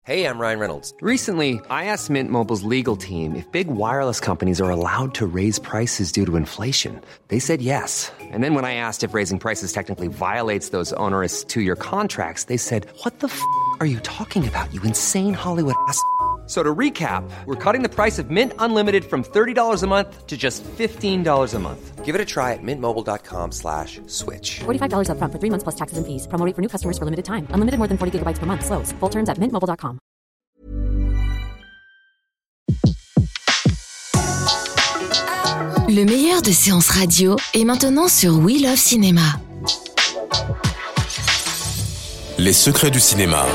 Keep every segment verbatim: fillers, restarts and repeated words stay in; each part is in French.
Hey, I'm Ryan Reynolds. Recently, I asked Mint Mobile's legal team if big wireless companies are allowed to raise prices due to inflation. They said yes. And then when I asked if raising prices technically violates those onerous two-year contracts, they said, what the f*** are you talking about, you insane Hollywood ass f- So to recap, we're cutting the price of Mint Unlimited from thirty dollars a month to just fifteen dollars a month. Give it a try at mintmobile.com slash switch. forty-five dollars up front for three months plus taxes and fees. Promo rate for new customers for limited time. Unlimited more than forty gigabytes per month. Slows full terms at mint mobile dot com. Le meilleur de séances radio est maintenant sur We Love Cinéma. Les secrets du cinéma.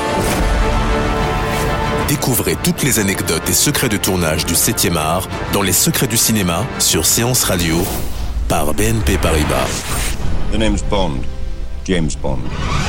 Découvrez toutes les anecdotes et secrets de tournage du septième art dans Les Secrets du cinéma sur Séance Radio par B N P Paribas. The name's Bond. James Bond.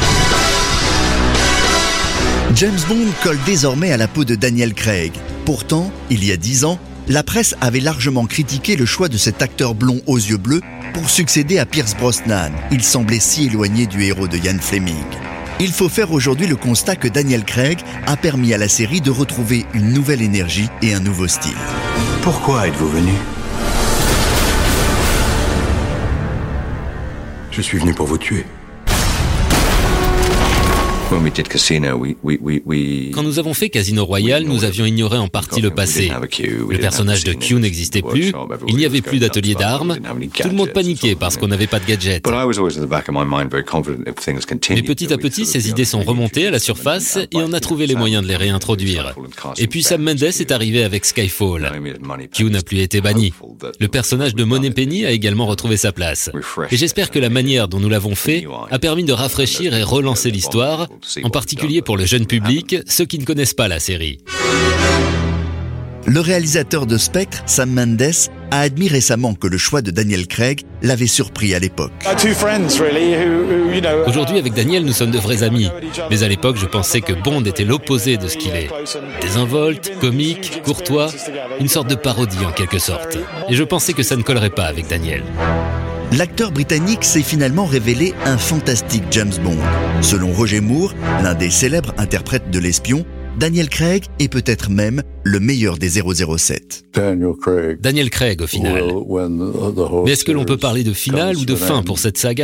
James Bond colle désormais à la peau de Daniel Craig. Pourtant, il y a dix ans, la presse avait largement critiqué le choix de cet acteur blond aux yeux bleus pour succéder à Pierce Brosnan. Il semblait si éloigné du héros de Ian Fleming. Il faut faire aujourd'hui le constat que Daniel Craig a permis à la série de retrouver une nouvelle énergie et un nouveau style. Pourquoi êtes-vous venu ? Je suis venu pour vous tuer. Quand nous avons fait Casino Royale, nous avions ignoré en partie le passé. Le personnage de Q n'existait plus, il n'y avait plus d'atelier d'armes, tout le monde paniquait parce qu'on n'avait pas de gadgets. Mais petit à petit, ces idées sont remontées à la surface et on a trouvé les moyens de les réintroduire. Et puis Sam Mendes est arrivé avec Skyfall. Q n'a plus été banni. Le personnage de Moneypenny a également retrouvé sa place. Et j'espère que la manière dont nous l'avons fait a permis de rafraîchir et relancer l'histoire, en particulier pour le jeune public, ceux qui ne connaissent pas la série. Le réalisateur de Spectre, Sam Mendes, a admis récemment que le choix de Daniel Craig l'avait surpris à l'époque. Aujourd'hui, avec Daniel, nous sommes de vrais amis. Mais à l'époque, je pensais que Bond était l'opposé de ce qu'il est. Désinvolte, comique, courtois, une sorte de parodie en quelque sorte. Et je pensais que ça ne collerait pas avec Daniel. L'acteur britannique s'est finalement révélé un fantastique James Bond. Selon Roger Moore, l'un des célèbres interprètes de l'espion, Daniel Craig est peut-être même le meilleur des zéro zéro sept. Daniel Craig, Daniel Craig au final. Mais est-ce que l'on peut parler de finale ou de fin pour cette saga ?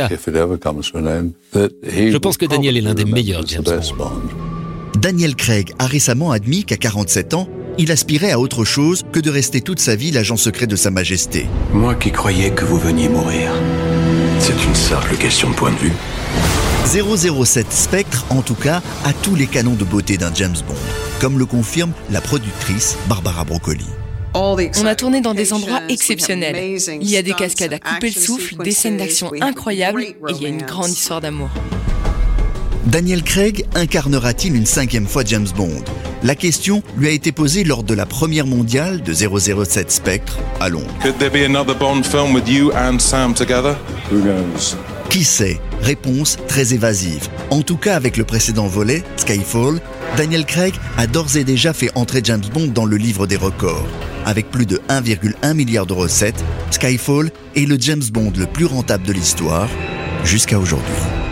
Je pense que Daniel est l'un des meilleurs James Bond. Daniel Craig a récemment admis qu'à quarante-sept ans, il aspirait à autre chose que de rester toute sa vie l'agent secret de Sa Majesté. Moi qui croyais que vous veniez mourir. C'est une simple question de point de vue. zéro zéro sept Spectre, en tout cas, a tous les canons de beauté d'un James Bond, comme le confirme la productrice Barbara Broccoli. On a tourné dans des endroits exceptionnels. Il y a des cascades à couper le souffle, des scènes d'action incroyables et il y a une grande histoire d'amour. Daniel Craig incarnera-t-il une cinquième fois James Bond ? La question lui a été posée lors de la première mondiale de zéro zéro sept Spectre à Londres. Could there be another Bond film with you and Sam together? Who knows? Qui sait ? Réponse très évasive. En tout cas, avec le précédent volet, Skyfall, Daniel Craig a d'ores et déjà fait entrer James Bond dans le livre des records. Avec plus de un virgule un milliard de recettes, Skyfall est le James Bond le plus rentable de l'histoire jusqu'à aujourd'hui.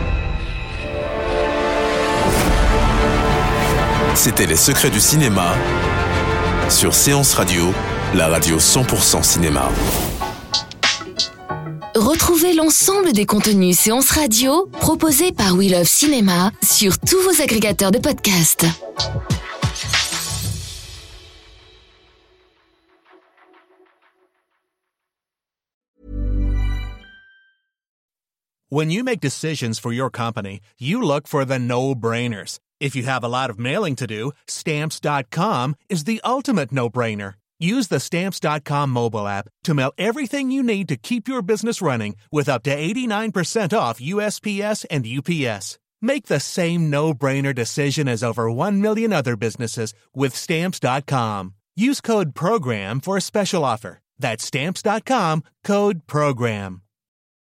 C'était Les Secrets du cinéma sur Séance Radio, la radio cent pour cent cinéma. Retrouvez l'ensemble des contenus Séance Radio proposés par We Love Cinéma sur tous vos agrégateurs de podcasts. When you make decisions for your company, you look for the no-brainers. If you have a lot of mailing to do, Stamps dot com is the ultimate no-brainer. Use the Stamps dot com mobile app to mail everything you need to keep your business running with up to eighty-nine percent off U S P S and U P S. Make the same no-brainer decision as over one million other businesses with Stamps dot com. Use code PROGRAM for a special offer. That's Stamps dot com, code PROGRAM.